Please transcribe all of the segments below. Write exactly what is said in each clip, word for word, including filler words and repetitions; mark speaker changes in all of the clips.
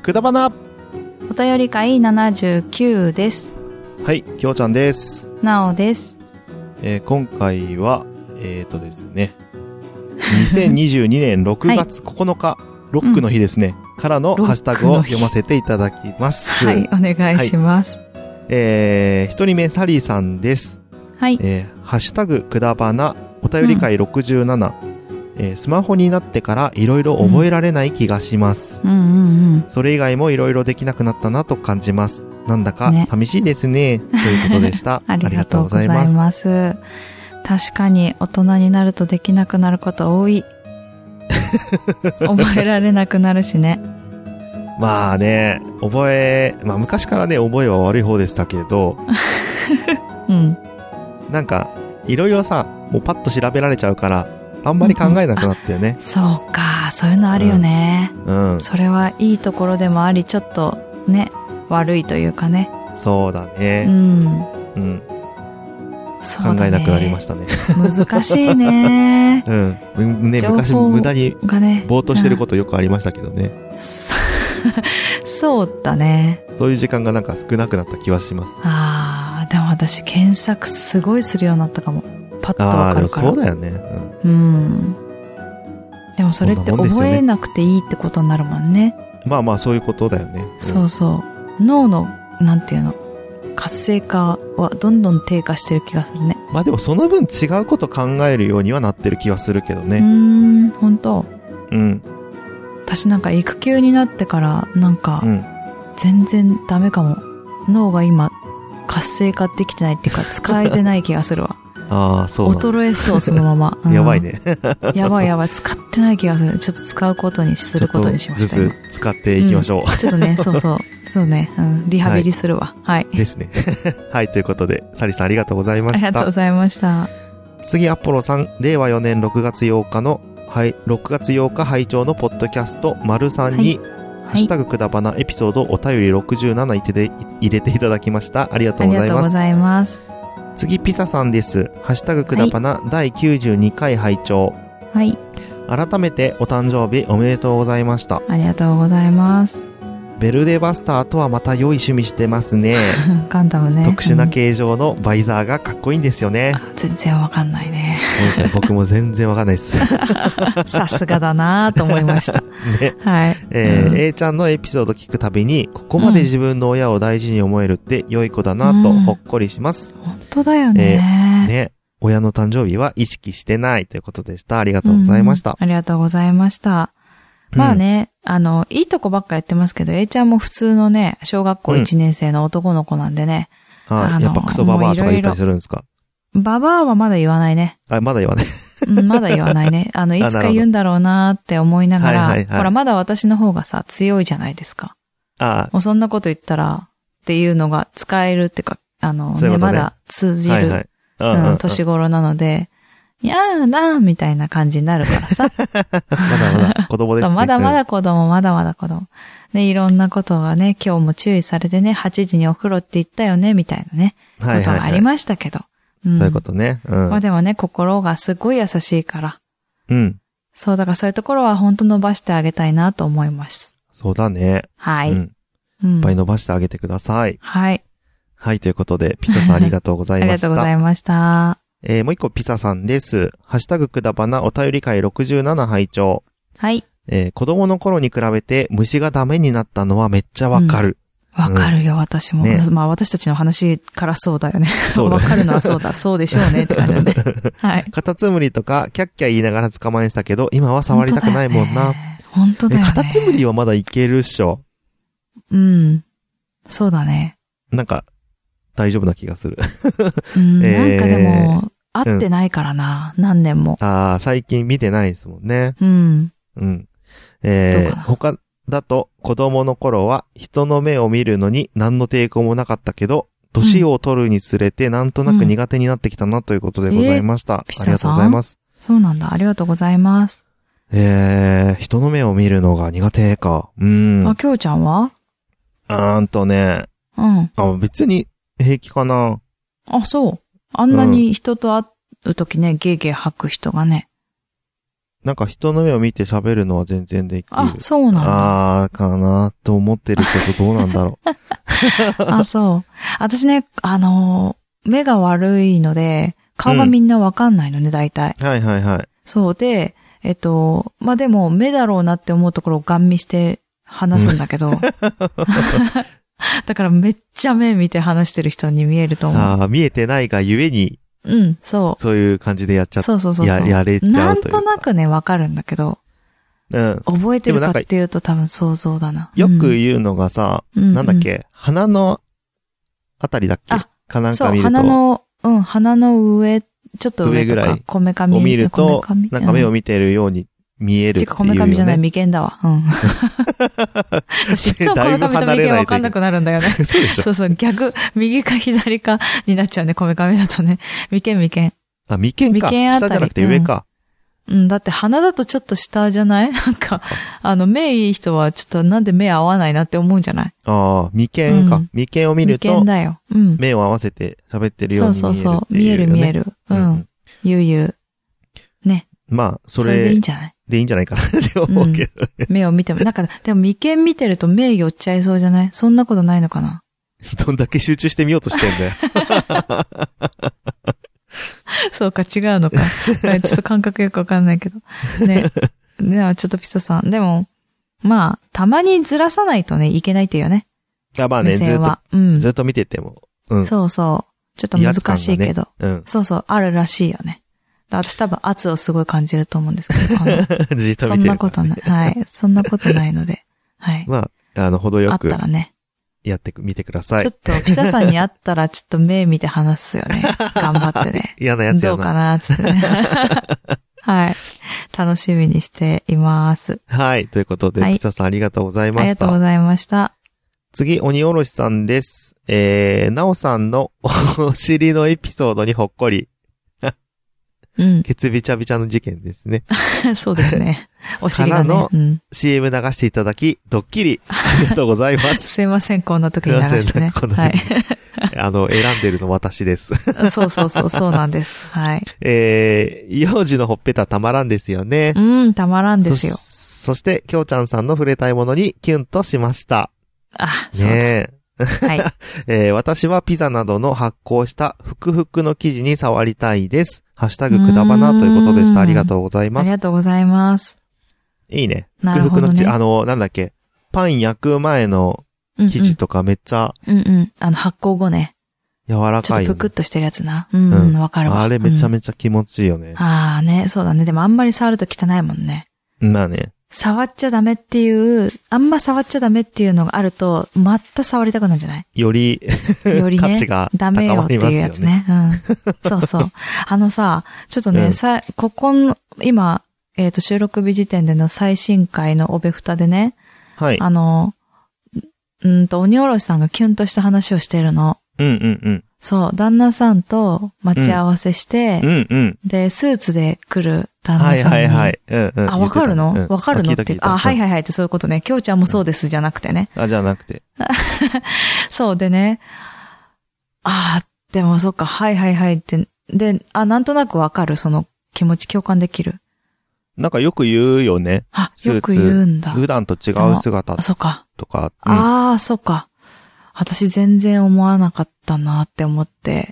Speaker 1: くだばな。
Speaker 2: お便り会ななじゅうきゅうです。
Speaker 1: はい、きょうちゃんです。
Speaker 2: なおです。
Speaker 1: えー、今回は、えーとですね、にせんにじゅうにねんろくがつここのか、はい、ロックの日ですね、うん、からのハッシュタグを読ませていただきます。
Speaker 2: はい、お願いします。はい、
Speaker 1: えー、一人目サリーさんです。
Speaker 2: はい。
Speaker 1: えー、ハッシュタグくだばな、お便り会ろくじゅうなな、うんえー、スマホになってからいろいろ覚えられない気がします、
Speaker 2: うんうんうんうん、
Speaker 1: それ以外もいろいろできなくなったなと感じます。なんだか寂しいですね、ねということでした。
Speaker 2: ありがとうございます。ます確かに大人になるとできなくなること多い。覚えられなくなるしね。
Speaker 1: まあね、覚え、まあ昔からね、覚えは悪い方でしたけど、
Speaker 2: うん、
Speaker 1: なんかいろいろさ、もうパッと調べられちゃうから、あんまり考えなくなったよね。
Speaker 2: うんうん、そうか、そういうのあるよね、
Speaker 1: うんうん。
Speaker 2: それはいいところでもあり、ちょっとね、悪いというかね。
Speaker 1: そうだね。
Speaker 2: うん。
Speaker 1: うん。
Speaker 2: そうだね、
Speaker 1: 考えなくなりましたね。
Speaker 2: 難しいね。
Speaker 1: うん。ね、昔無駄にぼーっとしてることよくありましたけどね。ね、うん、
Speaker 2: そうだね。
Speaker 1: そういう時間がなんか少なくなった気はします。
Speaker 2: ああ、でも私検索すごいするようになったかも。パッとわかるから。
Speaker 1: ああ、でもそうだよね。うん。
Speaker 2: うん、でもそれって覚えなくていいってことになるもんね。
Speaker 1: まあまあそういうことだよね。
Speaker 2: うん、そうそう。脳のなんていうの、活性化はどんどん低下してる気がするね。
Speaker 1: まあでもその分違うこと考えるようにはなってる気はするけどね。
Speaker 2: うーん、本当。
Speaker 1: うん。
Speaker 2: 私なんか育休になってからなんか全然ダメかも。脳が今活性化できてないっていうか使えてない気がするわ。
Speaker 1: ああ、そうだ。
Speaker 2: 衰えそうそのまま。
Speaker 1: うん、やばいね。
Speaker 2: やばいやばい、使ってない気がする。ちょっと使うことにすることにしました。
Speaker 1: ちょっとずつ使っていきましょう。
Speaker 2: うん、ちょっとね、そうそう。そうね、うん、リハビリするわ。はい。はい、
Speaker 1: ですね。はい、ということで、サリさんありがとうございました。
Speaker 2: ありがとうございました。
Speaker 1: 次、アポロさん、れいわよねんろくがつようかの、はい、ろくがつようか拝聴のポッドキャスト、丸さんに、はい、ハッシュタグくだばなエピソードお便りろくじゅうなな入れていただきました。ありがとうございます。ありがとうございます。次、ピサさんです。ハッシュタグくだばな、はい、だいきゅうじゅうにかい拝聴。
Speaker 2: はい。
Speaker 1: 改めてお誕生日おめでとうございました。
Speaker 2: ありがとうございます。
Speaker 1: ベルデバスターとはまた良い趣味してますね。
Speaker 2: ガンダムね。
Speaker 1: 特殊な形状のバイザーがかっこいいんですよね。
Speaker 2: うん、全然わかんないね。
Speaker 1: 僕も全然わかんないです。
Speaker 2: さすがだなと思いました。
Speaker 1: ね。
Speaker 2: はい。
Speaker 1: えーうん、A ちゃんのエピソード聞くたびに、ここまで自分の親を大事に思えるって良い子だなとほっこりします。
Speaker 2: うん、本当だよね、
Speaker 1: えー。ね。親の誕生日は意識してないということでした。ありがとうございました。
Speaker 2: うん、ありがとうございました。まあね、うん、あの、いいとこばっかやってますけど、A ちゃんも普通のね、小学校いちねん生の男の子なんでね。
Speaker 1: うん、はい。やっぱクソババアとか言ったりするんですか？
Speaker 2: ババアはまだ言わないね。
Speaker 1: あ、まだ言わない。
Speaker 2: うん、まだ言わないね。あの、いつか言うんだろうなーって思いながら、はいはいはい、ほら、まだ私の方がさ、強いじゃないですか。ああ。もうそんなこと言ったら、っていうのが使えるっていうか、あの、ね、ね、まだ通じる、はいはいうん、年頃なので、いやーなーみたいな感じになるからさ。
Speaker 1: まだまだ子供ですね。
Speaker 2: まだまだ子供、まだまだ子供。ね、いろんなことがね、今日も注意されてね、はちじにお風呂って言ったよね、みたいなね、はいはいはい、ことがありましたけど。うん、
Speaker 1: そういうことね。うん。
Speaker 2: まあでもね、心がすごい優しいから。
Speaker 1: うん。
Speaker 2: そう、だからそういうところは本当伸ばしてあげたいなと思います。
Speaker 1: そうだね。
Speaker 2: はい。うん。
Speaker 1: うん、いっぱい伸ばしてあげてください。
Speaker 2: はい。
Speaker 1: はい、ということで、ピザさんありがとうございました。
Speaker 2: ありがとうございました。
Speaker 1: えー、もう一個ピザさんです。ハッシュタグくだばなお便り会ろくじゅうなな拝聴。
Speaker 2: はい。
Speaker 1: えー、子供の頃に比べて虫がダメになったのはめっちゃわかる。
Speaker 2: わ、うん、かるよ、私も。ね、まあ私たちの話からそうだよね。そう。わかるのはそうだ、そうでしょうねって感じだね。はい。
Speaker 1: カタツムリとかキャッキャ言いながら捕まえてたけど、今は触りたくないもんな。
Speaker 2: 本当だよね。
Speaker 1: カタツムリはまだいけるっしょ。
Speaker 2: うん。そうだね。
Speaker 1: なんか、大丈夫な気がする。
Speaker 2: うん、えー、なんかでも、会ってないからな、うん、何年も。
Speaker 1: ああ、最近見てないですもんね。
Speaker 2: うん。
Speaker 1: うん。えー、他だと子供の頃は人の目を見るのに何の抵抗もなかったけど、年を取るにつれてなんとなく苦手になってきたなということでございました。うん、えー、ありがとうございます。
Speaker 2: そうなんだ。ありがとうございます。
Speaker 1: えー、人の目を見るのが苦手か。うん。
Speaker 2: あ、きょうちゃんは？
Speaker 1: あーんとね。
Speaker 2: うん。
Speaker 1: あ、別に平気かな。
Speaker 2: あ、そう。あんなに人と会うときね、ゲーゲー吐く人がね。
Speaker 1: なんか人の目を見て喋るのは全然できる。
Speaker 2: あ、そうなんだ。
Speaker 1: あー、かなと思ってるけどどうなんだろう。
Speaker 2: あ、そう。私ね、あのー、目が悪いので、顔がみんなわかんないのね、うん、大体。
Speaker 1: はいはいはい。
Speaker 2: そうで、えっと、まあ、でも目だろうなって思うところをガン見して話すんだけど。だからめっちゃ目見て話してる人に見えると思う。
Speaker 1: ああ、見えてないがゆえに。
Speaker 2: うん、そう。
Speaker 1: そういう感じでやっちゃっ
Speaker 2: そうそうそうそう。
Speaker 1: や、やれちゃうというか。
Speaker 2: なんとなくね、わかるんだけど。うん。覚えてるかっていうと多分想像だな。
Speaker 1: よく言うのがさ、うん、なんだっけ、うんうん、鼻のあたりだっけかなんか見ると。
Speaker 2: そう、鼻の、うん、鼻の上、ちょっと上とか、こめかみ
Speaker 1: を見ると、なんか目を見てるように見えるっていう、ね。てか、
Speaker 2: こめかみじゃない、眉間だわ。うん。私いつもこめかみと眉間わかんなくなるんだよね。
Speaker 1: そうでしょ。
Speaker 2: そうそう、逆、右か左かになっちゃうね、こめかみだとね。眉間、眉間。
Speaker 1: あ、眉間か。眉間あたり。下じゃなくて上か。
Speaker 2: うん、うん、だって鼻だとちょっと下じゃないなんか、あの、目いい人はちょっとなんで目合わないなって思うんじゃない
Speaker 1: ああ、眉間か、うん。眉間を見ると、
Speaker 2: 眉間だよ。うん。
Speaker 1: 目を合わせて喋ってるように見える、ね。そうそうそう。
Speaker 2: 見える見える。うん。うん、ゆうゆう。ね。
Speaker 1: まあ、それ。
Speaker 2: それでいいんじゃない
Speaker 1: でいいんじゃないかなって思うけど、ね
Speaker 2: うん、目を見ても、なんか、でも眉間見てると目寄っちゃいそうじゃないそんなことないのかな
Speaker 1: どんだけ集中してみようとしてんだよ。
Speaker 2: そうか、違うのか。ちょっと感覚よくわかんないけど。ね。でもちょっとピサさん。でも、まあ、たまにずらさないとね、いけないっていうよね。
Speaker 1: あまあね、ずっと、うん、ずっと見てても。うん、
Speaker 2: そうそう。ちょっと難しいけど、ね
Speaker 1: うん。
Speaker 2: そうそう、あるらしいよね。私多分圧をすごい感じると思うんですけど。
Speaker 1: じっと見てる、ね。
Speaker 2: そんなことない。はい。そんなことないので。はい。
Speaker 1: まあ、あの、程よく。
Speaker 2: あったらね。
Speaker 1: やってみてください。
Speaker 2: ちょっと、ピサさんに会ったら、ちょっと目見て話すよね。頑張ってね。
Speaker 1: 嫌なやつやな。
Speaker 2: どうかな、つってね。はい。楽しみにしています。
Speaker 1: はい。ということで、はい、ピサさんありがとうございました。
Speaker 2: ありがとうございました。
Speaker 1: 次、鬼おろしさんです。えー、なおさんのお尻のエピソードにほっこり。
Speaker 2: うん。
Speaker 1: ケツビチャビチャの事件ですね。
Speaker 2: そうですね。お尻がね。
Speaker 1: からの シーエム 流していただき、ドッキリ。ありがとうございます。
Speaker 2: すいません、こんな時に流してね。
Speaker 1: こんな時に。はい。あの、選んでるの私です。
Speaker 2: そうそうそう、そうなんです。はい。
Speaker 1: えー、幼児のほっぺたたまらんですよね。
Speaker 2: うん、たまらんですよ。
Speaker 1: そ, そして、きょうちゃんさんの触れたいものにキュンとしました。
Speaker 2: あ、
Speaker 1: ねえ。
Speaker 2: はい。
Speaker 1: えー、私はピザなどの発酵したふくふくの生地に触りたいです。ハッシュタグくだばなということでした。ありがとうございます。
Speaker 2: ありがとうございます。
Speaker 1: いいね。
Speaker 2: なるほどね。
Speaker 1: ふくふくの生地、あの、なんだっけ。パン焼く前の生地とかめっちゃ。
Speaker 2: うんうん。うんうん、あの、発酵後ね。
Speaker 1: 柔らかい、ね。
Speaker 2: ちょっとぷくっとしてるやつな。うん、うん、わかるわ。
Speaker 1: あれめちゃめちゃ気持ちいいよね。
Speaker 2: うん、ああね、そうだね。でもあんまり触ると汚いもんね。
Speaker 1: まあね。
Speaker 2: 触っちゃダメっていう、あんま触っちゃダメっていうのがあると、また触りたくなるんじゃない
Speaker 1: より、よりね、価値が高まりますよね。ダメよっていうやつね。うん。そうそう。あのさ、ちょっとね、うん、さ、ここの、今、えっと、収録日時点での最新回のオベフタでね、 はい。
Speaker 2: あの、うんと、鬼おろしさんがキュンとした話をしてるの。
Speaker 1: うんうんうん。
Speaker 2: そう、旦那さんと待ち合わせして、
Speaker 1: うん、うんうん、
Speaker 2: で、スーツで来る旦那さんに。
Speaker 1: はいはいはい。うんうん、
Speaker 2: あ、わかるのわ、うん、かるのって。あ、はいはいはいってそういうことね。きょうちゃんもそうですじゃなくてね。
Speaker 1: あ、じゃなくて。
Speaker 2: そうでね。あ、でもそっか、はいはいはいって。で、あ、なんとなくわかる、その気持ち共感できる。
Speaker 1: なんかよく言うよね。
Speaker 2: あ、よく言うんだ。
Speaker 1: 普段と違う姿とか。
Speaker 2: そっか。
Speaker 1: とか。
Speaker 2: うん、ああ、そっか。私全然思わなかったなって思って。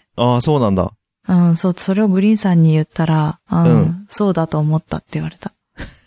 Speaker 1: ああ、そうなんだ。
Speaker 2: うん、そう、それをグリーンさんに言ったら、うん、うん、そうだと思ったって言われた。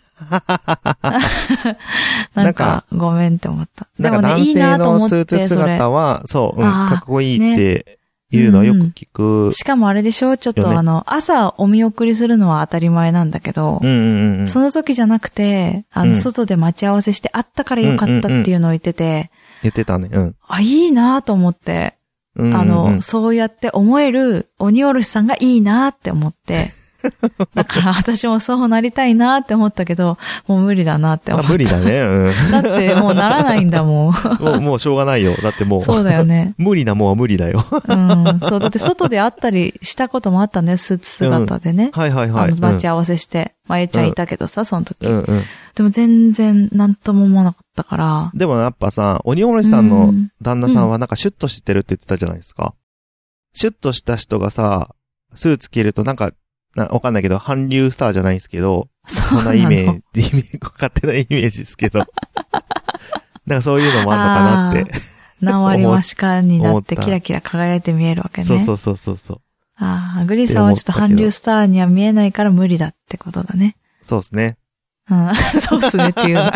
Speaker 2: なんか、ごめんって思った。
Speaker 1: でもね、男性のスーツ姿は、そう、うん、かっこいいっていうのはよく聞く、
Speaker 2: うん。しかもあれでしょちょっと、ね、あの、朝お見送りするのは当たり前なんだけど、
Speaker 1: うんうんうん、
Speaker 2: その時じゃなくて、あの、外で待ち合わせして会ったからよかったっていうのを言ってて、うんうんうん
Speaker 1: 言ってたね。うん。
Speaker 2: あ、いいなと思って、うんうんうん、あの、そうやって思える鬼おろしさんがいいなって思って、だから私もそうなりたいなって思ったけど、もう無理だなって思った。
Speaker 1: あ無理だね。うん、
Speaker 2: だってもうならないんだもん。
Speaker 1: もう、もうしょうがないよ。だってもう。
Speaker 2: そうだよね。
Speaker 1: 無理なもんは無理だよ。
Speaker 2: うん。そう、だって外で会ったりしたこともあったね、スーツ姿でね。
Speaker 1: うん、はいはいはい。
Speaker 2: あの待ち合わせして。まあ、Aちゃんいたけどさ、うん、その時。
Speaker 1: うんうん。
Speaker 2: でも全然なんとも思わなかったから。
Speaker 1: でもやっぱさ、鬼おろしさんの旦那さんはなんかシュッとしてるって言ってたじゃないですか。うん、シュッとした人がさ、スーツ着るとなんか、 な、わかんないけど、韓流スターじゃないんですけど、
Speaker 2: そ
Speaker 1: んなイメージ、勝手なイメージですけど、なんかそういうのもあるのかなって。
Speaker 2: 何割増しかになってキラキラ輝いて見えるわけね。
Speaker 1: そうそうそうそうそう。
Speaker 2: ああ、グリーさんはちょっと韓流スターには見えないから無理だってことだね。
Speaker 1: そうですね。
Speaker 2: うん、そうっすねっていうな。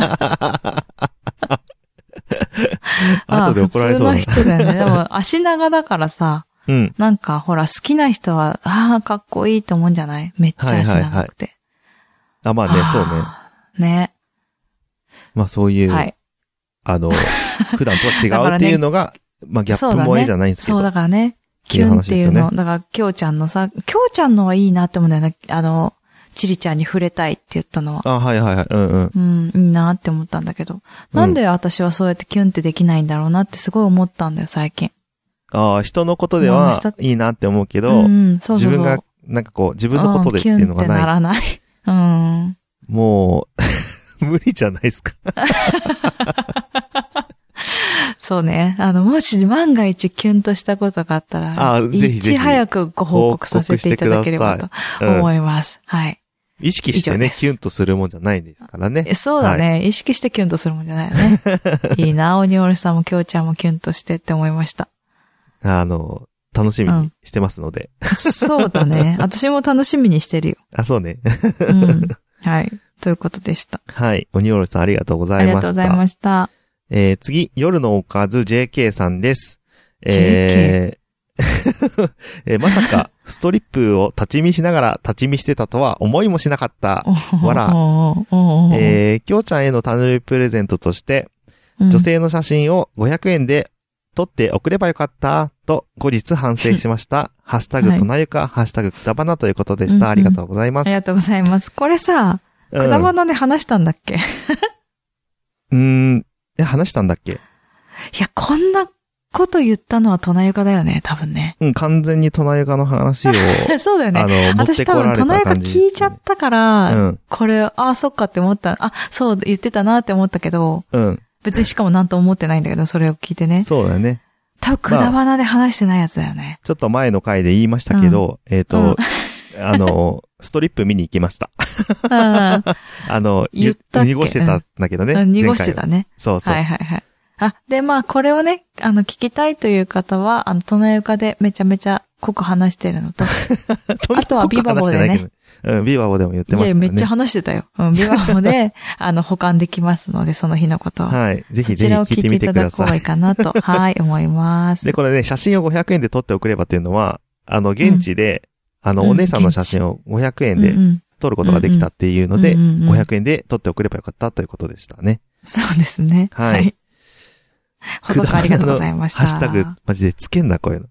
Speaker 1: 後で怒られそうだ。
Speaker 2: 普通の人だよね。でも足長だからさ、うん、なんかほら好きな人は、ああ、かっこいいと思うんじゃない？めっちゃ足長くて。
Speaker 1: はいはいはい、あ、まあね、そうね。
Speaker 2: ね。
Speaker 1: まあそういう、はい、あの、普段とは違うっていうのが、ね、まあギャップ萌えじゃないんですけど。
Speaker 2: そうだからね。キュンっていうの。だから、きょうちゃんのさ、きょうちゃんのはいいなって思うんだよね。あの、チリちゃんに触れたいって言ったのは。
Speaker 1: あ、はいはいはい。うんうん。
Speaker 2: うん、いいなって思ったんだけど。なんで私はそうやってキュンってできないんだろうなってすごい思ったんだよ、最近。
Speaker 1: ああ、人のことではいいなって思うけど、うん、そうそうそう、自分が、なんかこう、自分のことでっていうのがない。キュンって
Speaker 2: ならない。うん。
Speaker 1: もう、無理じゃないですか。
Speaker 2: そうね。あの、もし万が一キュンとしたことがあったら、あぜひぜひいち早くご報告させていただければと思います。うん、はい。
Speaker 1: 意識してね、キュンとするもんじゃないですからね。
Speaker 2: そうだね、はい。意識してキュンとするもんじゃないよね。いいな、鬼おろしさんもきょうちゃんもキュンとしてって思いました。
Speaker 1: あの、楽しみにしてますので。
Speaker 2: うん、そうだね。私も楽しみにしてるよ。
Speaker 1: あ、そうね。
Speaker 2: うん。はい。ということでした。
Speaker 1: はい。鬼おろしさんありがとうございました。ありがとうございま
Speaker 2: した。
Speaker 1: えー、次、夜のおかず ジェーケー さんです。えーえー、まさか、ストリップを立ち見しながら立ち見してたとは思いもしなかった。わら。えー、きょうちゃんへの誕生日プレゼントとして、うん、女性の写真をごひゃくえんで撮って送ればよかった、と後日反省しました。ハッシュタグとなゆか、はい、ハッシュタグくだばなということでした、うんうん。ありがとうございます。
Speaker 2: ありがとうございます。これさ、くだばなで話したんだっけ？
Speaker 1: うーん。え、話したんだっけ？い
Speaker 2: や、こんなこと言ったのはトナユカだよね、多分ね。
Speaker 1: うん、完全にトナユカの話を。
Speaker 2: そうだよね。あの、私多分トナユカ聞いちゃったから、うん、これ、ああ、そっかって思った。あ、そう言ってたなって思ったけど、うん。別にしかもなんと思ってないんだけど、それを聞いてね。
Speaker 1: そうだよね。
Speaker 2: 多分、くだばなで話してないやつだよね。
Speaker 1: ちょっと前の回で言いましたけど、うん、えっ、ー、と、うんあの、ストリップ見に行きました。あ, あの、言ったっけ濁してたんだけどね。
Speaker 2: うん、濁してたね。
Speaker 1: そうそう。
Speaker 2: はいはいはい。あ、で、まあ、これをね、あの、聞きたいという方は、あの、トナユカでめちゃめちゃ濃く話してるのと、あとはビバボでね。
Speaker 1: うん、ビバボでも言ってますからね。
Speaker 2: いや、めっちゃ話してたよ。うん、ビバボで、あの、保管できますので、その日のことを。
Speaker 1: はい。ぜひぜひ聞いてみてください。そちらを聞いていただこういか
Speaker 2: なと、はい、思います。
Speaker 1: で、これね、写真をごひゃくえんで撮って送ればっていうのは、あの、現地で、うんあの、お姉さんの写真をごひゃくえんで撮ることができたっていうので、ごひゃくえんで撮って送ればよかったということでしたね。
Speaker 2: そうですね。はい。はい、補足ありがとうございました。
Speaker 1: ハッシュタグ、マジでつけんな、こういうの。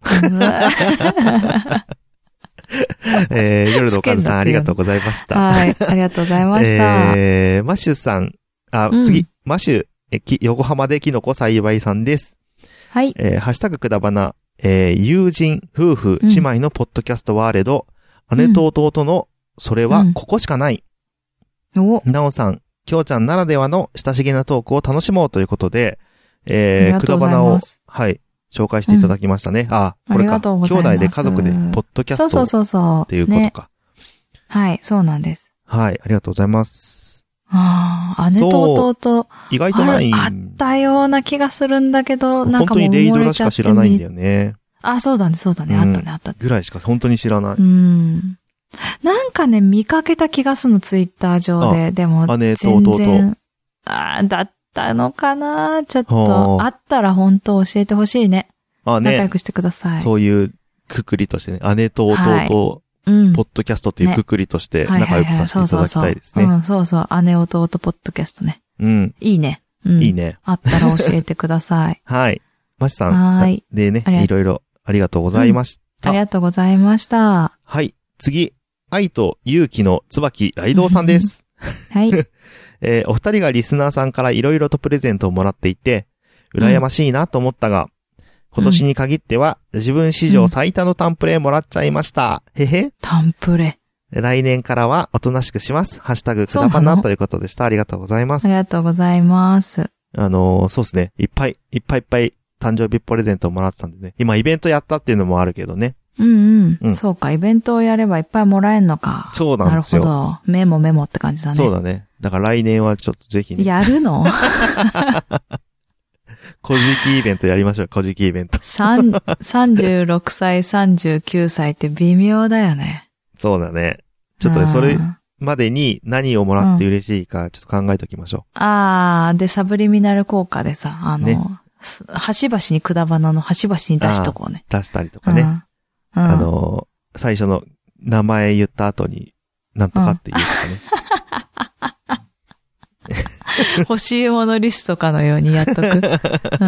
Speaker 1: えー、夜のおかずさんありがとうございました。
Speaker 2: はい、ありがとうございました。
Speaker 1: えー、マシュさん、あ、うん、次、マシュ、えき、横浜でキノコ栽培さんです。
Speaker 2: はい。
Speaker 1: えー、ハッシュタグくだばな、えー、友人、夫婦、姉妹のポッドキャストはあれど、うん、姉と弟の、それはここしかない。
Speaker 2: うん、お
Speaker 1: なおさん、きょうちゃんならではの親しげなトークを楽しもうということで、えー、くだばなを、はい、紹介していただきましたね。うん、あ、これか。兄弟で家族でポッドキャスト。
Speaker 2: そうそうそうそう。
Speaker 1: っていうことか、
Speaker 2: ね。はい、そうなんです。
Speaker 1: はい、ありがとうございます。
Speaker 2: ああ、姉と弟。
Speaker 1: 意外とない。
Speaker 2: あったような気がするんだけど、なんかもう
Speaker 1: 本当にレイドラしか知らないんだよね。
Speaker 2: あ、そうだね、そうだね、うん、あったね、あったね。
Speaker 1: ぐらいしか本当に知らない。
Speaker 2: うん。なんかね、見かけた気がするの、ツイッター上で。でも、
Speaker 1: 姉と弟。
Speaker 2: ああ、だったのかなちょっと、あったら本当教えてほしいね。あね。仲良くしてください。
Speaker 1: そういうくくりとしてね、姉と弟、はいうん、ポッドキャストっていうくくりとして仲良くさせていただきたいですね。
Speaker 2: うん、そうそう。姉弟ポッドキャストね。
Speaker 1: うん。
Speaker 2: いいね。うん、
Speaker 1: いいね。
Speaker 2: あったら教えてください。
Speaker 1: はい。マシさん。はい。でね、いろいろありがとうございました、
Speaker 2: うん。ありがとうございました。
Speaker 1: はい。次、愛と勇気の椿雷道さんです。
Speaker 2: はい。
Speaker 1: えー、お二人がリスナーさんからいろいろとプレゼントをもらっていて、羨ましいなと思ったが、うん今年に限っては、自分史上最多のタンプレもらっちゃいました。うん、へへ。
Speaker 2: タンプレ。
Speaker 1: 来年からはおとなしくします。ハッシュタグくだばなということでした。ありがとうございます。
Speaker 2: ありがとうございます。
Speaker 1: あのー、そうですね。いっぱいいっぱいいっぱい誕生日プレゼントをもらってたんでね。今イベントやったっていうのもあるけどね。
Speaker 2: うんうん。うん、そうか、イベントをやればいっぱいもらえんのか。
Speaker 1: そうなんですよ。
Speaker 2: なるほど。メモメモって感じだね。
Speaker 1: そうだね。だから来年はちょっとぜひね。
Speaker 2: やるの
Speaker 1: 小じきイベントやりましょう、小じきイベント。
Speaker 2: さんじゅうろくさい、さんじゅうきゅうさいって微妙だよね。
Speaker 1: そうだね。ちょっとね、それまでに何をもらって嬉しいか、ちょっと考えときましょ
Speaker 2: う。うん、あー、で、サブリミナル効果でさ、あの、ね、端々にくだばなの端々に出しとこうね。
Speaker 1: 出したりとかね。うんうん、あの、最初の名前言った後に、なんとかって言うとかね。
Speaker 2: 欲しいものリストかのようにやっとく。うん、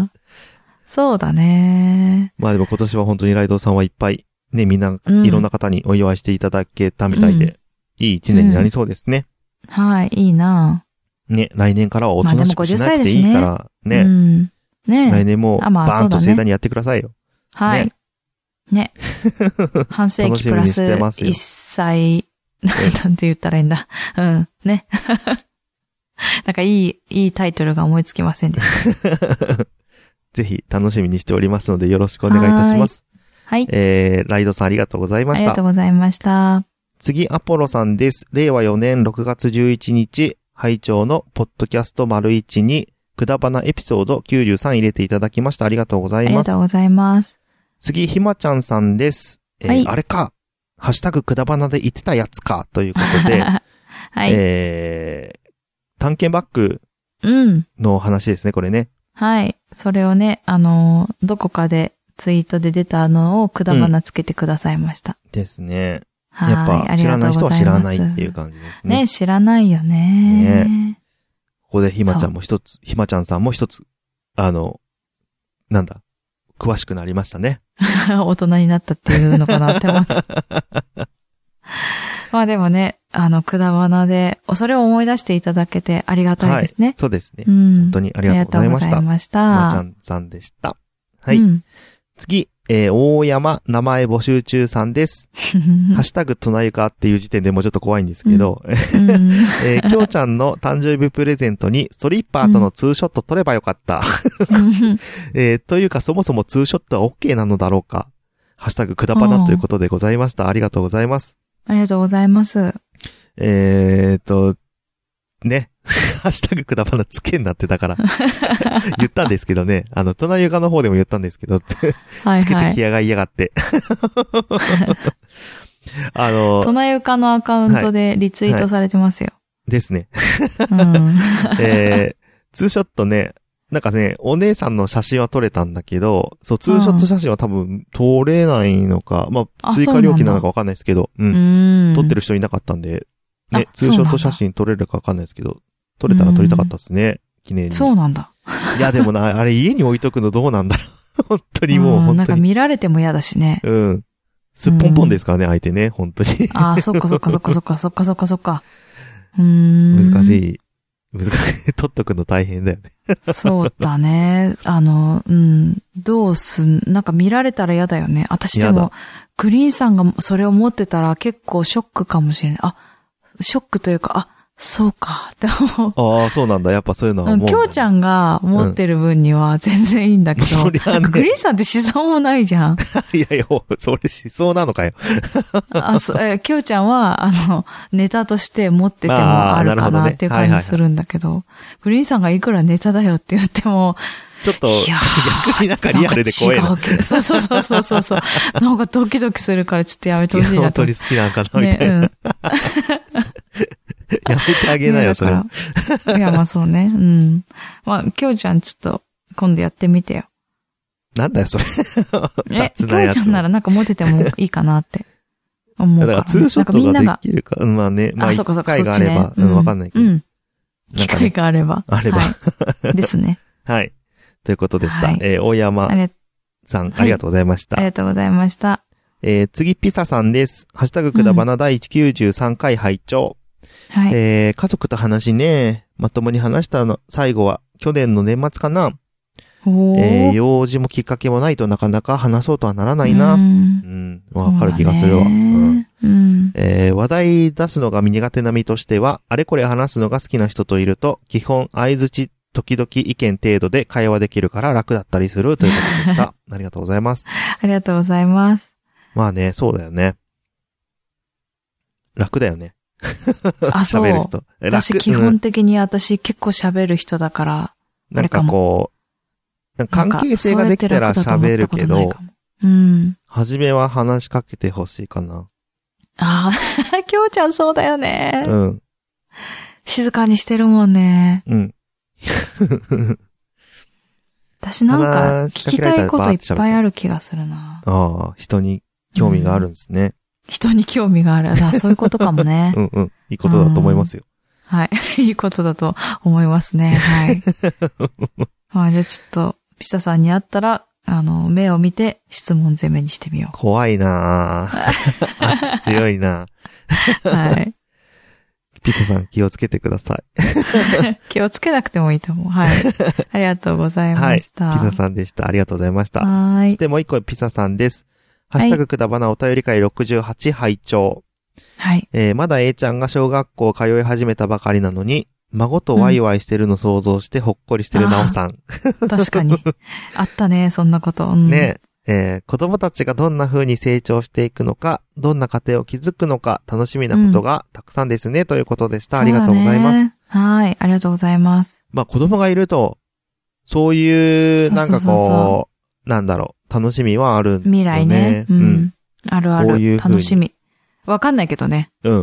Speaker 2: そうだね。
Speaker 1: まあでも今年は本当にライドウさんはいっぱい、ね、みんな、いろんな方にお祝いしていただけたみたいで、うん、いい一年になりそうですね。
Speaker 2: うん、はい、いいな。
Speaker 1: ね、来年からはおとなしくしなくていいからね。ね。うん、ね来年もバーンと盛大にやってくださいよ。
Speaker 2: まあね、はい。ね。半世紀プラスいっさい、なんて言ったらいいんだ。うん。ね。なんかいい、いいタイトルが思いつきませんでした。
Speaker 1: ぜひ楽しみにしておりますのでよろしくお願いいたします。
Speaker 2: はい。
Speaker 1: えー、ライドさんありがとうございました。あり
Speaker 2: がとうございました。
Speaker 1: 次、アポロさんです。れいわよねんろくがつじゅういちにち、拝聴のポッドキャスト丸いちに、くだばなエピソードきゅうじゅうさん入れていただきました。ありがとうございます。あり
Speaker 2: がとうございます。
Speaker 1: 次、ひまちゃんさんです。えーはい、あれか。ハッシュタグくだばなで言ってたやつか。ということで、はい。えー、探検バッグの話ですね、これね。
Speaker 2: はい。それをね、あのー、どこかでツイートで出たのをくだばなつけてくださいました。
Speaker 1: うん、ですね。やっぱ知らない人は知らないっていう感じですね。
Speaker 2: ね、知らないよね。
Speaker 1: ね。ここでひまちゃんも一つ、ひまちゃんさんも一つ、あの、なんだ、詳しくなりましたね。
Speaker 2: 大人になったっていうのかなって思った。まあでもね、あの、くだばなで、それを思い出していただけてありがたいですね。はい、
Speaker 1: そうですね、うん。本当にありがとうございました。ありがとうございました。ひまちゃんさんでした。はい。うん、次、えー、大山名前募集中さんです。ハッシュタグとなゆかっていう時点でもうちょっと怖いんですけど、うんえー、きょうちゃんの誕生日プレゼントにストリッパーとのツーショット撮ればよかった。えー、というかそもそもツーショットは OK なのだろうか。ハッシュタグくだばなということでございました。ありがとうございます。
Speaker 2: ありがとうございます。え
Speaker 1: ーと、ね。ハッシュタグくだばなつけんなってだから言ったんですけどね。あの、隣床の方でも言ったんですけど、はいはい、つけてきやがいやがって。あの、
Speaker 2: 隣床のアカウントでリツイートされてますよ。は
Speaker 1: い、ですね。うんえー、ツーショットね、なんかね、お姉さんの写真は撮れたんだけど、そう、ツーショット写真は多分撮れないのか、まあ、追加料金なのかわかんないですけど、うん。うん撮ってる人いなかったんで、ね、ツーショット写真撮れるかわかんないですけど、撮れたら撮りたかったですね。記念に。
Speaker 2: そうなんだ。
Speaker 1: いやでもな、あれ家に置いとくのどうなんだろう。本当にもう本当に。
Speaker 2: なんか見られても嫌だしね。
Speaker 1: うん。すっぽんぽんですからね、相手ね、本当に。
Speaker 2: ああ、そっかそっかそっかそっかそっかそっかそっか。うーん。
Speaker 1: 難しい。難しい。撮っとくの大変だよね。
Speaker 2: そうだね。あの、うん。どうすん、なんか見られたら嫌だよね。私でも、グリーンさんがそれを持ってたら結構ショックかもしれない。あ、ショックというか、あ、そうか、って思う。
Speaker 1: ああ、そうなんだ。やっぱそういうのは思う、ね。
Speaker 2: きょうちゃんが持ってる分には全然いいんだけど。うん、そりゃね、グリーンさんって思想もないじゃん。
Speaker 1: いやいや、それ思想なのかよ。
Speaker 2: あ、そ、え、きょうちゃんは、あの、ネタとして持っててもあるかなっていう感じするんだけど、グリーンさんがいくらネタだよって言っても、
Speaker 1: ちょっと、逆になんかリアルで怖いな。
Speaker 2: そうそうそうそうそうそう。なんかドキドキするからちょっとやめてほしいなと。
Speaker 1: 本当に好きなんかな、みたいな。ねうんやめてあげなよ、それ。
Speaker 2: いや、まあそうね。うん。まあ、きょうちゃんちょっと、今度やってみてよ。
Speaker 1: なんだよ、それ。
Speaker 2: え、きょうちゃんならなんか持っててもいいかなって思うから、ね。
Speaker 1: だから、ツーショットができるか。かまあね、まあ、機会があれば、うん、わかんないけど。うん。
Speaker 2: 機会があれば。
Speaker 1: あれば。
Speaker 2: ですね。
Speaker 1: はい。ということでした。え、大山さん、ありがとうございました。
Speaker 2: ありがとうございました。
Speaker 1: え、次、ピサさんです。ハッシュタグくだばな第きゅうじゅうさんかい拝聴。はい。えー、家族と話ね、まともに話したの、最後は去年の年末かな。おえー、用事もきっかけもないとなかなか話そうとはならないな。うん。わ、うん、かる気がするわ。うん。うん、えー、話題出すのが苦手な身としては、あれこれ話すのが好きな人といると、基本相槌時々意見程度で会話できるから楽だったりするということでした。ありがとうございます。
Speaker 2: ありがとうございます。
Speaker 1: まあね、そうだよね。楽だよね。
Speaker 2: あ、そう。
Speaker 1: 喋る人。
Speaker 2: 私基本的に私結構喋る人だから。
Speaker 1: なんかこう、関係性ができたら喋るけど、
Speaker 2: うん。
Speaker 1: 初めは話しかけてほしいかな。
Speaker 2: ああ、きょうちゃんそうだよね。
Speaker 1: うん。
Speaker 2: 静かにしてるもんね。
Speaker 1: うん。
Speaker 2: 私なんか聞きたいこといっぱいある気がするな。
Speaker 1: ああ、人に興味があるんですね。うん、
Speaker 2: 人に興味がある。あ、そういうことかもね。
Speaker 1: うんうん。いいことだと思いますよ。
Speaker 2: うん、はい。いいことだと思いますね。はい。あ、じゃあちょっと、ピサさんに会ったら、あの、目を見て質問攻めにしてみよう。
Speaker 1: 怖いなぁ。圧強いな
Speaker 2: ぁ。はい。
Speaker 1: ピサさん気をつけてください。
Speaker 2: 気をつけなくてもいいと思う。はい。ありがとうございました。
Speaker 1: はい。ピサさんでした。ありがとうございました。
Speaker 2: はい。
Speaker 1: そしてもう一個ピサさんです。ハッシュタグくだばなお便り会ろくじゅうはち拝聴。
Speaker 2: はい。
Speaker 1: えー、まだ A ちゃんが小学校通い始めたばかりなのに、孫とワイワイしてるの想像してほっこりしてるなおさん。
Speaker 2: 確かに。あったね、そんなこと。うん、
Speaker 1: ねえ、えー、子供たちがどんな風に成長していくのか、どんな家庭を築くのか、楽しみなことがたくさんですね、うん、ということでした。ありがとうございます。
Speaker 2: はい、ありがとうございます。
Speaker 1: まあ子供がいると、そういう、なんかこう、そうそうそうそう、なんだろう、楽しみはあるよね。
Speaker 2: 未来ね。うん。うん、あるある。こういう楽しみ。わかんないけどね。
Speaker 1: うん。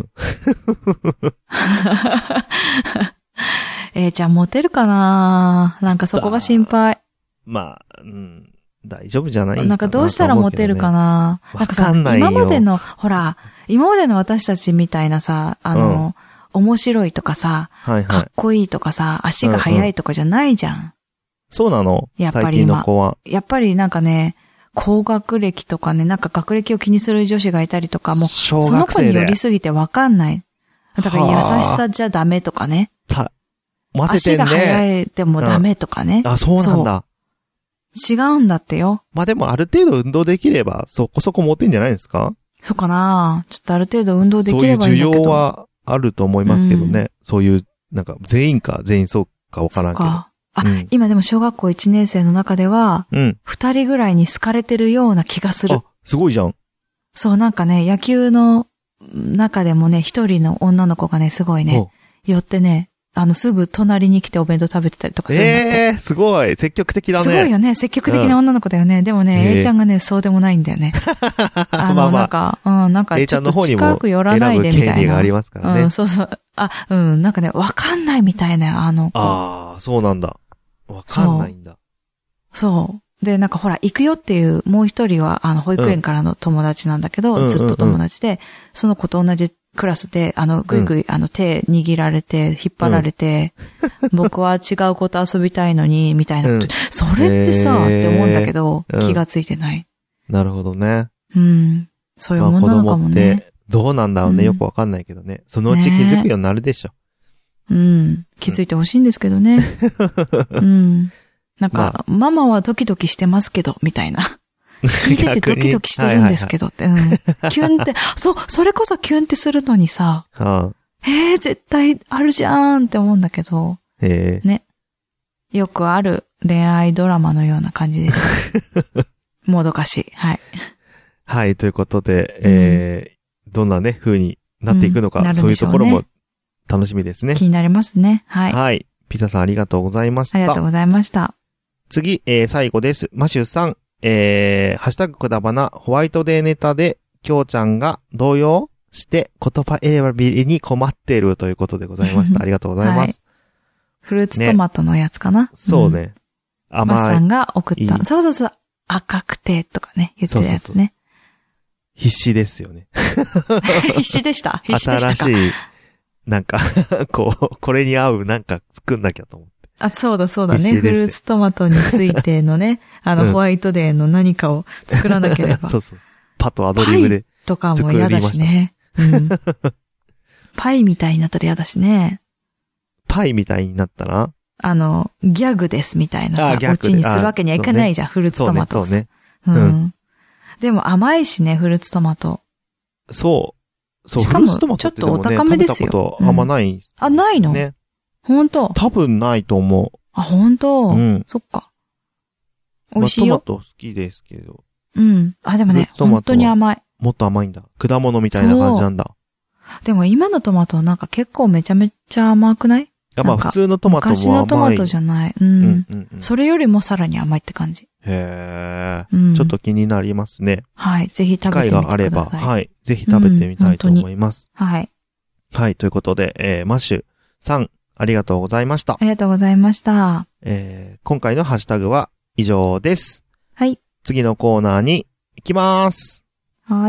Speaker 2: えー、ちゃんモテるかな？なんかそこが心配。
Speaker 1: まあ、うん、大丈夫じゃないかな。
Speaker 2: なんかどうしたらモテるかな？
Speaker 1: わかんないよ。
Speaker 2: 今までの、ほら、今までの私たちみたいなさ、あの、うん、面白いとかさ、はいはい、かっこいいとかさ、足が速いとかじゃないじゃん。うんうん、
Speaker 1: そうなの？
Speaker 2: やっぱり
Speaker 1: 最近の子は。
Speaker 2: やっぱりなんかね、高学歴とかね、なんか学歴を気にする女子がいたりとか、もう、その子に寄りすぎてわかんない。だから優しさじゃダメとかね。
Speaker 1: た、混ぜてんね。
Speaker 2: 足が速いでもダメとかね。
Speaker 1: うん、あ、そうなんだ。
Speaker 2: 違うんだってよ。
Speaker 1: まあでもある程度運動できれば、そこそこモテんじゃないですか？
Speaker 2: そうかな。ちょっとある程度運動できればいいんだけど。
Speaker 1: そういう需要はあると思いますけどね。うん、そういう、なんか全員か全員そうかわからんけど。そうか。
Speaker 2: あ、うん、今でも小学校いちねん生の中では、うん。二人ぐらいに好かれてるような気がする。あ、
Speaker 1: すごいじゃん。
Speaker 2: そう、なんかね、野球の中でもね、一人の女の子がね、すごいね、寄ってね、あの、すぐ隣に来てお弁当食べてたりとかするんだって。
Speaker 1: ええー、すごい。積極的だね。
Speaker 2: すごいよね。積極的な女の子だよね。うん、でもね、A ちゃんがね、そうでもないんだよね。あの、まあまあ、なんか、うん、なんか、ちょっと近く寄らないでみたいな。
Speaker 1: 権利がありますからね。
Speaker 2: うん、そうそう。あ、うん、なんかね、わかんないみたいな、あの子。
Speaker 1: ああ、そうなんだ。わかんないんだ。
Speaker 2: そう。そうで、なんかほら、行くよっていう、もう一人は、あの、保育園からの友達なんだけど、うん、ずっと友達で、うんうんうん、その子と同じクラスで、あの、ぐいぐい、うん、あの、手握られて、引っ張られて、うん、僕は違う子と遊びたいのに、みたいな、うん。それってさ、って思うんだけど、うん、気がついてない。
Speaker 1: なるほどね。
Speaker 2: うん。そういうもんなのかもね。まあ、子供って
Speaker 1: どうなんだろうね、うん、よくわかんないけどね。そのうち気づくようになるでしょ。
Speaker 2: ね、うん。気づいてほしいんですけどね。うん。なんか、まあ、ママはドキドキしてますけど、みたいな。聞いててドキドキしてるんですけどって。はいはいはい、うん。キュンって、そう、それこそキュンってするのにさ、はあ、えー、絶対あるじゃんって思うんだけど、
Speaker 1: へー
Speaker 2: ね。よくある恋愛ドラマのような感じでした。もどかしい。はい。
Speaker 1: はい、ということで、えー、うん、どんなね、風になっていくのか、うん、そういうところも楽しみですね。
Speaker 2: 気になりますね。はい。
Speaker 1: はい。ピザさんありがとうございました。
Speaker 2: ありがとうございました。
Speaker 1: 次、えー、最後です。マシュさん、えー、ハッシュタグくだばなホワイトデーネタで、きょうちゃんが動揺して言葉選びに困っているということでございました。ありがとうございます。はい、
Speaker 2: フルーツトマトのやつかな、ね、
Speaker 1: そうね。
Speaker 2: うん、甘い。マシさんが送った。いいそうそうそう。赤くてとかね、言ってるやつね。そうそうそう
Speaker 1: 必死ですよね。
Speaker 2: 必死でした必死でしたか
Speaker 1: 新しい、なんか、こう、これに合うなんか作んなきゃと思って。
Speaker 2: あ、そうだそうだね。フルーツトマトについてのね、あの、うん、ホワイトデーの何かを作らなければ。
Speaker 1: そうそう。パとアドリブで。
Speaker 2: パイとかも嫌だしね。うん。パイみたいになったら嫌だしね。
Speaker 1: パイみたいになったら
Speaker 2: あの、ギャグですみたいなさ、オチにするわけにはいかないじゃん、ね、フルーツトマト。
Speaker 1: そうね。
Speaker 2: そうね。うん。うん、でも甘いしね、フルーツトマト。
Speaker 1: そう。そう、
Speaker 2: しかもちょっとお高めですよ。
Speaker 1: 食べたことあんまない、ね
Speaker 2: うん。あ、ないのね。ほんと
Speaker 1: 多分ないと思う。
Speaker 2: あ、ほんとうん。そっか。美味しいよ。
Speaker 1: まあ、トマト好きですけど。
Speaker 2: うん。あ、でもね、本当に甘い。
Speaker 1: もっと甘いんだ。果物みたいな感じなんだ。
Speaker 2: でも今のトマトなんか結構めちゃめちゃ甘くない？い
Speaker 1: や、まあ普通のトマトも甘い。
Speaker 2: 昔のトマトじゃない。うん。うんうんうん、それよりもさらに甘いって感じ。
Speaker 1: へー、うん。ちょっと気になりますね。
Speaker 2: はい。ぜひ食べてみてください。機会があれば、
Speaker 1: はい。ぜひ食べてみたいと思います。
Speaker 2: うん、はい。
Speaker 1: はい。ということで、えー、マッシュさん、ありがとうございました。
Speaker 2: ありがとうございました。
Speaker 1: えー、今回のハッシュタグは以上です。
Speaker 2: はい。
Speaker 1: 次のコーナーに行きます。
Speaker 2: はい。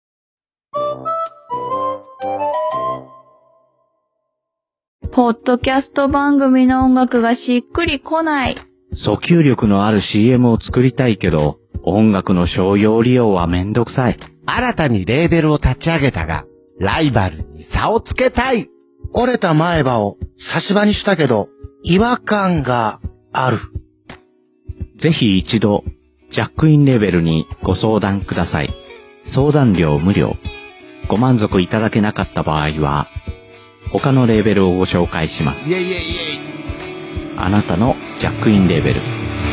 Speaker 2: ポッドキャスト番組の音楽がしっくりこない。
Speaker 3: 訴求力のある シーエム を作りたいけど、音楽の商用利用はめんどくさい。
Speaker 4: 新たにレーベルを立ち上げたが、ライバルに差をつけたい。折れた前歯を差し歯にしたけど、違和感がある。
Speaker 3: ぜひ一度、ジャックインレベルにご相談ください。相談料無料。ご満足いただけなかった場合は、他のレーベルをご紹介します。
Speaker 4: イェイイェイイェイ。
Speaker 3: あなたのジャックインレベル。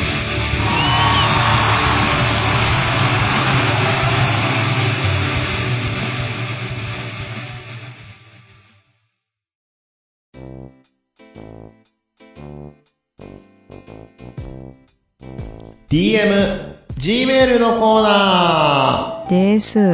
Speaker 1: ディーエム、ジーメール のコーナー
Speaker 2: です。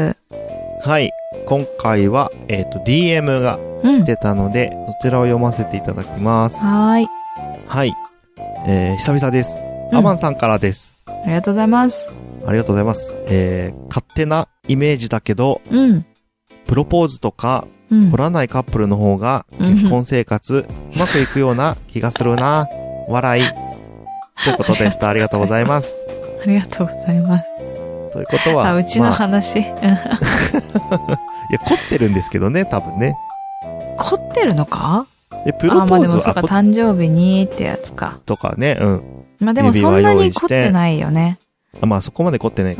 Speaker 1: はい。今回は、えっと、ディーエム が来てたので、うん、そちらを読ませていただきます。
Speaker 2: はい。
Speaker 1: はい。えー、久々です。うん、アマンさんからです。
Speaker 2: ありがとうございます。
Speaker 1: ありがとうございます。えー、勝手なイメージだけど、
Speaker 2: うん。
Speaker 1: プロポーズとか、うん、掘らないカップルの方が、結婚生活、うまくいくような気がするな。笑い。ということでした。ありがとうございます。
Speaker 2: ありがとうございます。
Speaker 1: ということは。
Speaker 2: あ、うちの話。まあ、
Speaker 1: いや、凝ってるんですけどね、多分ね。
Speaker 2: 凝ってるのか？
Speaker 1: え、プロポーズは。あ、
Speaker 2: まあでもそうか、誕生日にってやつか。
Speaker 1: とかね、うん。
Speaker 2: まあでもそんなに凝ってないよね。
Speaker 1: あ、まあそこまで凝ってない。
Speaker 2: うん。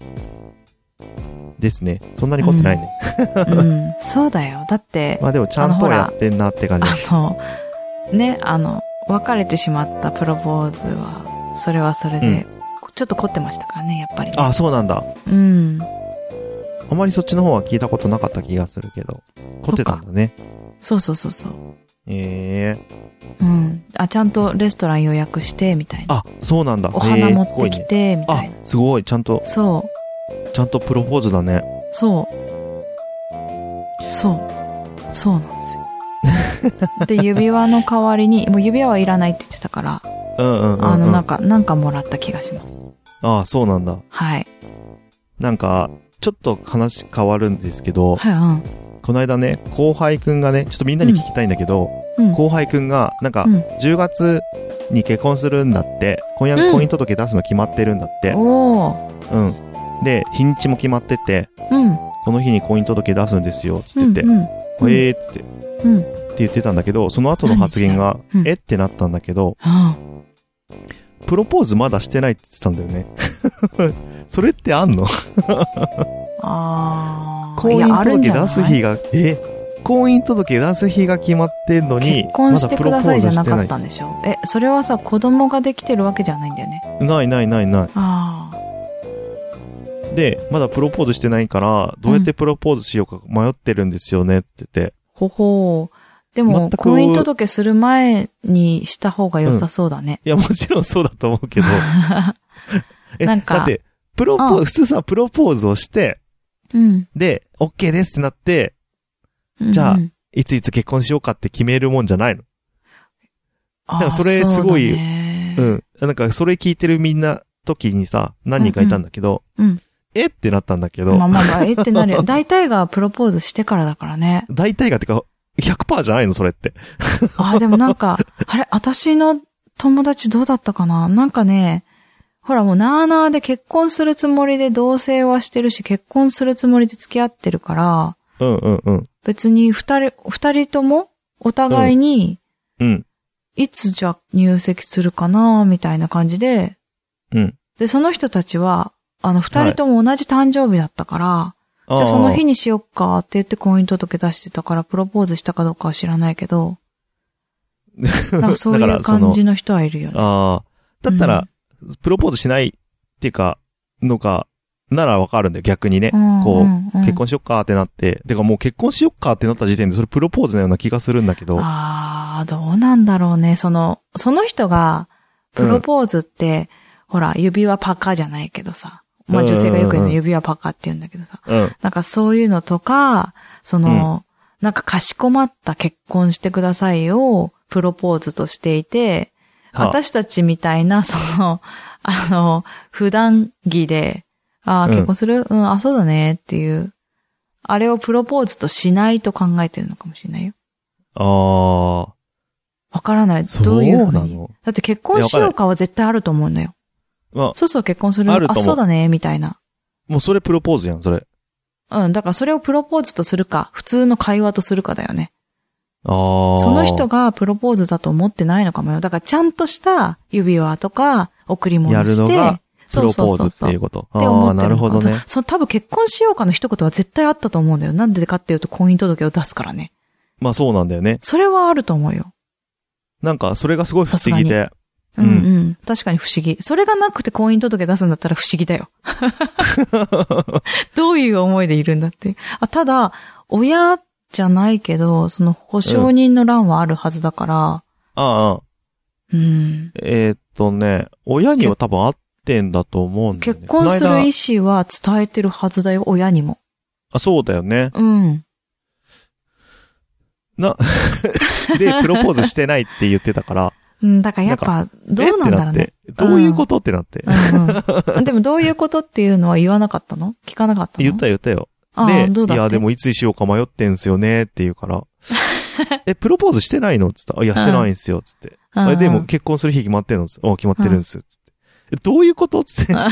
Speaker 1: ですね。そんなに凝ってないね。
Speaker 2: うん、うん、そうだよ。だって。
Speaker 1: まあでもちゃんとやってんなって感じ。
Speaker 2: あの、ね、あの、別れてしまったプロポーズは、それはそれで、うん、ちょっと凝ってましたからね、やっぱり、ね。
Speaker 1: あ、そうなんだ。
Speaker 2: うん。
Speaker 1: あまりそっちの方は聞いたことなかった気がするけど、凝ってたんだね。
Speaker 2: そうそうそうそう。
Speaker 1: え
Speaker 2: えー。うん。あ、ちゃんとレストラン予約して、みたいな。
Speaker 1: あ、そうなんだ。
Speaker 2: お花持ってきて、みたいな。
Speaker 1: あ、すごい、ちゃんと。
Speaker 2: そう。
Speaker 1: ちゃんとプロポーズだね。
Speaker 2: そう。そう。そうなんですよ。で、指輪の代わりに、もう指輪はいらないって言ってたから、
Speaker 1: うんうんうんうん、
Speaker 2: あの、なんか、なんかもらった気がします。
Speaker 1: ああ、そうなんだ。
Speaker 2: はい。
Speaker 1: なんか、ちょっと話変わるんですけど、
Speaker 2: はい、うん。
Speaker 1: この間ね、後輩くんがね、ちょっとみんなに聞きたいんだけど、うん、後輩くんが、なんか、じゅうがつに結婚するんだって、婚約婚姻届出すの決まってるんだって。
Speaker 2: お
Speaker 1: ー。うん。で、日にちも決まってて、
Speaker 2: うん。
Speaker 1: この日に婚姻届出すんですよ、つってて。うんうん、えーっつって。
Speaker 2: うん。
Speaker 1: って言ってたんだけど、その後の発言が、うん、えってなったんだけど、
Speaker 2: はあ、
Speaker 1: プロポーズまだしてないって言ってたんだよね。それってあんの？
Speaker 2: あ
Speaker 1: 婚姻届出す日が、え婚姻届出す日が決まってんのに、
Speaker 2: 結婚してくださいじゃなかったんでしょ？え、それはさ、子供ができてるわけじゃないんだよね。
Speaker 1: ないないないない。
Speaker 2: あ
Speaker 1: あ。で、まだプロポーズしてないから、どうやってプロポーズしようか迷ってるんですよねって言ってて。
Speaker 2: ほほう。でも、婚姻届する前にした方が良さそうだね。
Speaker 1: うん、いや、もちろんそうだと思うけど。え、なんか。だって、プロポーズ、普通さ、プロポーズをして、
Speaker 2: うん。
Speaker 1: で、OK ですってなって、じゃあ、うんうん、いついつ結婚しようかって決めるもんじゃないの？
Speaker 2: ああ、
Speaker 1: なんかそれすごい、う, うん。なんかそれ聞いてるみんな時にさ、何人かいたんだけど、
Speaker 2: うん、うん。
Speaker 1: えってなったんだけど。
Speaker 2: まあまあまあ、えってなるよ。大体がプロポーズしてからだからね。
Speaker 1: 大体がってか、ひゃくパーセント じゃないのそれって。
Speaker 2: ああ、でもなんか、あれ、私の友達どうだったかな？なんかね、ほらもうなーなーで結婚するつもりで同棲はしてるし、結婚するつもりで付き合ってるから、
Speaker 1: うんうんうん。
Speaker 2: 別に二人、二人ともお互いに、
Speaker 1: うん。うん、
Speaker 2: いつじゃ入籍するかなみたいな感じで、
Speaker 1: うん。
Speaker 2: で、その人たちは、あの二人とも同じ誕生日だったから、はい、じゃあその日にしよっかって言って婚姻届出してたからプロポーズしたかどうかは知らないけど、なんかそういう感じの人はいるよね。
Speaker 1: ああ。だったら、うん、プロポーズしないっていうか、 のが、ならわかるんだよ、逆にね。
Speaker 2: うんうんうん、
Speaker 1: こう、結婚しよっかってなって。てかもう結婚しよっかってなった時点でそれプロポーズのような気がするんだけど。
Speaker 2: ああ、どうなんだろうね。その、その人が、プロポーズって、うん、ほら、指輪パカじゃないけどさ。まあ女性がよく言うの指輪パカって言うんだけどさ。
Speaker 1: うん、
Speaker 2: なんかそういうのとか、その、うん、なんかかしこまった結婚してくださいをプロポーズとしていて、私たちみたいな、その、あの、普段着で、ああ、結婚する、うん、うん、あ、そうだねっていう、あれをプロポーズとしないと考えてるのかもしれないよ。
Speaker 1: ああ。
Speaker 2: わからない。どういうふうに。だって結婚しようかは絶対あると思うんだよ。まあ、そうそう結婚する。あると思う。あ、そうだね、みたいな。
Speaker 1: もうそれプロポーズやん、それ。
Speaker 2: うん、だからそれをプロポーズとするか、普通の会話とするかだよね。
Speaker 1: ああ。
Speaker 2: その人がプロポーズだと思ってないのかもよ。だからちゃんとした指輪とか贈り物して。やるのが
Speaker 1: プロポーズっていうこと。
Speaker 2: そうそうそう。
Speaker 1: ああ、なるほどね。
Speaker 2: そう、多分結婚しようかの一言は絶対あったと思うんだよ。なんでかっていうと婚姻届を出すからね。
Speaker 1: まあそうなんだよね。
Speaker 2: それはあると思うよ。
Speaker 1: なんかそれがすごい不思議で。
Speaker 2: うんうん。確かに不思議。それがなくて婚姻届出すんだったら不思議だよ。どういう思いでいるんだって。あ、ただ、親じゃないけど、その保証人の欄はあるはずだから。うん、あ
Speaker 1: あ。
Speaker 2: うん。
Speaker 1: えー、っとね、親には多分あってんだと思うんだよね。
Speaker 2: 結婚する意思は伝えてるはずだよ、親にも。
Speaker 1: あ、そうだよね。
Speaker 2: うん。
Speaker 1: な、で、プロポーズしてないって言ってたから。
Speaker 2: うん、だからやっぱ、どうなんだろうね。
Speaker 1: どういうことってなって。
Speaker 2: うんうん、でもどういうことっていうのは言わなかったの？聞かなかったの？
Speaker 1: 言った言ったよ。
Speaker 2: で、
Speaker 1: どうだっていや、でもいつにしようか迷ってんすよねって言うから。え、プロポーズしてないのつったら、いや、してないんすよ、つって。うん、あれでも結婚する日決まってんのつって。あ、決まってるんすよ、つって。え、どういうことつって。だ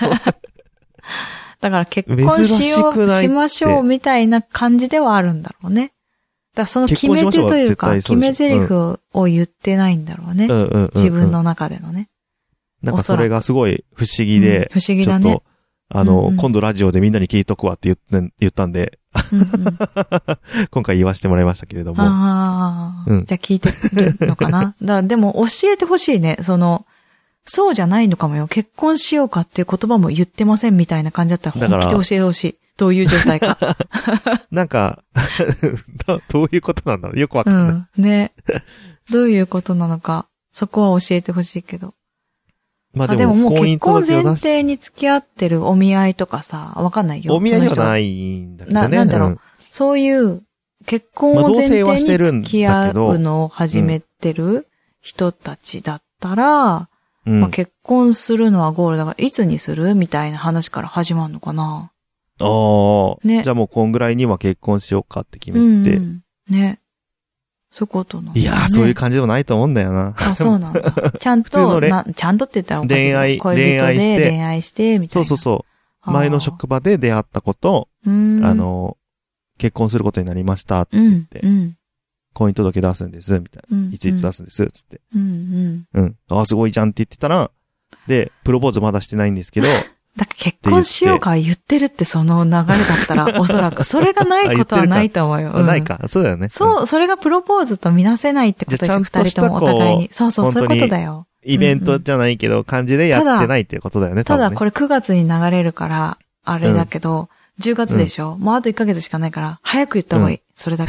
Speaker 2: から結婚しよう、しましょうみたいな感じではあるんだろうね。だからその決め手というか、決め台詞を言ってないんだろうね。
Speaker 1: うんうんうんうん、
Speaker 2: 自分の中でのね。
Speaker 1: なんかそれがすごい不思議で、
Speaker 2: うん、不思議だね。
Speaker 1: ちょっと、あの、うんうん、今度ラジオでみんなに聞いとくわって言って言ったんで、うんうん、今回言わせてもらいましたけれども。
Speaker 2: ああ、うん、じゃあ聞いてるのかな。だでも教えてほしいね。その、そうじゃないのかもよ。結婚しようかっていう言葉も言ってませんみたいな感じだったら本気で教えてほしい。どういう状態か。
Speaker 1: なんかどういうことなんだろうよくわかんない。
Speaker 2: うん。ね。どういうことなのか、そこは教えてほしいけど。
Speaker 1: まあでも、
Speaker 2: あでももう結婚前提に付き合ってるお見合いとかさ、わかんないよ。
Speaker 1: お見合いではないんだけどね。
Speaker 2: な、なんだろう、うん。そういう結婚を前提に付き合うのを始めてる人たちだったら、うんまあ、結婚するのはゴールだから、いつにするみたいな話から始まるのかな。
Speaker 1: ああ、ね。じゃあもうこんぐらいには結婚しようかって決めて。うん、
Speaker 2: ね。そういうことなの、ね。
Speaker 1: いやー、そういう感じでもないと思うんだよな。
Speaker 2: あ、そうなんだ。ちゃんと、なちゃんとって言ったらおかしい。
Speaker 1: 恋愛、
Speaker 2: 恋人で恋愛して、みたいな。
Speaker 1: そうそうそう。前の職場で出会った子と、あの、結婚することになりましたって言って、うんうん、婚姻届出すんです、みたいな。うんうん、いついつ出すんです、つって。
Speaker 2: うんうん。
Speaker 1: うん。あ、すごいじゃんって言ってたら、で、プロポーズまだしてないんですけど、
Speaker 2: だから結婚しようか言ってるってその流れだったら、おそらくそれがないことはないと思うよ。
Speaker 1: うん、ないか。そうだよね。
Speaker 2: そう、それがプロポーズとみなせないってことでしょ、二人ともお互いに。そうそう、そういうことだよ。
Speaker 1: イベントじゃないけど、感じでやってないっていうことだよね、
Speaker 2: ただ、ただこれくがつに流れるから、あれだけど、うん、じゅうがつでしょ、うん、もうあといっかげつしかないから、早く言った方がいい。うん、それだけ。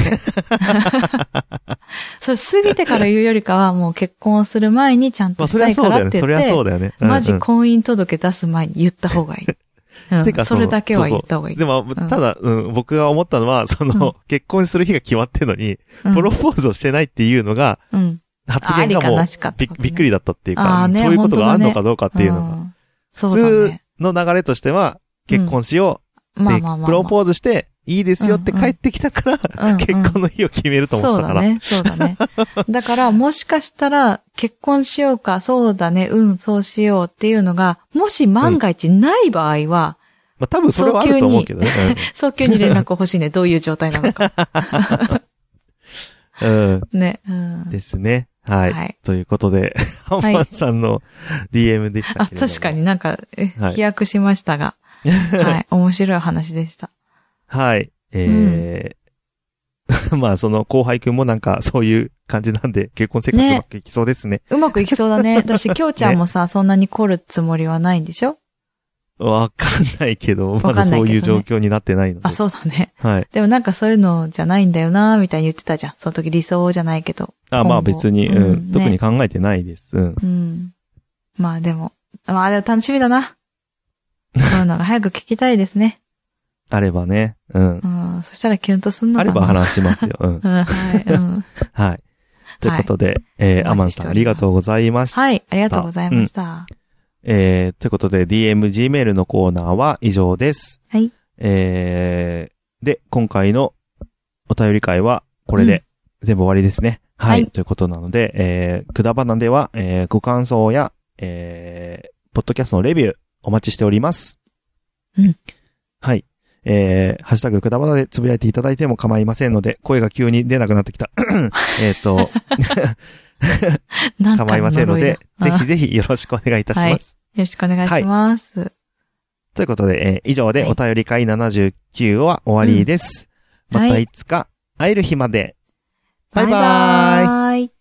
Speaker 2: それ過ぎてから言うよりかは、もう結婚する前にちゃんとしたいからって言って、
Speaker 1: そりゃそうだよね。
Speaker 2: マジ婚姻届出す前に言った方がいい。うん、てかそれだけは言った方がいい。
Speaker 1: そうそうでも、ただ、うん、僕が思ったのは、その、うん、結婚する日が決まってんのに、うん、プロポーズをしてないっていうのが、うん、発言がもうび、びっくりだったっていうか、ね、そういうことがあるのかどうかっていうのが。ね、
Speaker 2: 普
Speaker 1: 通の流れとしては、結婚しよう。で、プロポーズして、いいですよって帰ってきたから、うんうん、結婚の日を決めると思ってたから。
Speaker 2: そうだね、そうだね。だから、もしかしたら、結婚しようか、そうだね、うん、そうしようっていうのが、もし万が一ない場合は、うん、ま
Speaker 1: あ多分それはあると思うけどね。
Speaker 2: 早急に連絡欲しいね、どういう状態なのか。
Speaker 1: うん。
Speaker 2: ね、うん。
Speaker 1: ですね。はい。はい、ということで、ハンマンさんの ディーエム でしたけれども、
Speaker 2: あ、確かになんか、飛躍しましたが、はい、はい、面白い話でした。
Speaker 1: はい。えー、うん、まあその後輩くんもなんかそういう感じなんで結婚生活うまくいきそうですね。
Speaker 2: ねうまくいきそうだね。私、きょうちゃんもさ、ね、そんなに来るつもりはないんでしょ？
Speaker 1: わかんないけど、まだそういう状況になってないので。
Speaker 2: あ、そうだね。
Speaker 1: はい。
Speaker 2: でもなんかそういうのじゃないんだよなみたいに言ってたじゃん。その時理想じゃないけど。
Speaker 1: あ、まあ別に、うん、うん、特に考えてないです。うん。
Speaker 2: うん。まあでも、まあでも楽しみだな。そういうのが早く聞きたいですね。
Speaker 1: あればね。うん。
Speaker 2: うん。そしたらキュンとすんのかな。
Speaker 1: あれば話しますよ。うん。
Speaker 2: うん、はい。うん。
Speaker 1: はい。ということで、はい、えー、アマンさんありがとうございました。
Speaker 2: はい。ありがとうございました。うん、
Speaker 1: えー、ということで ディーエム、G メールのコーナーは以上です。
Speaker 2: はい。
Speaker 1: えー、で、今回のお便り会はこれで全部終わりですね。うん、はい、はい。ということなので、えー、くだばなでは、えー、ご感想や、えー、ポッドキャストのレビューお待ちしております。
Speaker 2: うん。
Speaker 1: はい。えー、ハッシュタグくだばなでつぶやいていただいても構いませんので、声が急に出なくなってきた。えっと、構いませんので、ぜひぜひよろしくお願いいたします。はい、よ
Speaker 2: ろしくお願いします。はい、
Speaker 1: ということで、えー、以上でお便り会ななじゅうきゅうは終わりです。うん、またいつか会える日まで。バイバーイ。バイバーイ。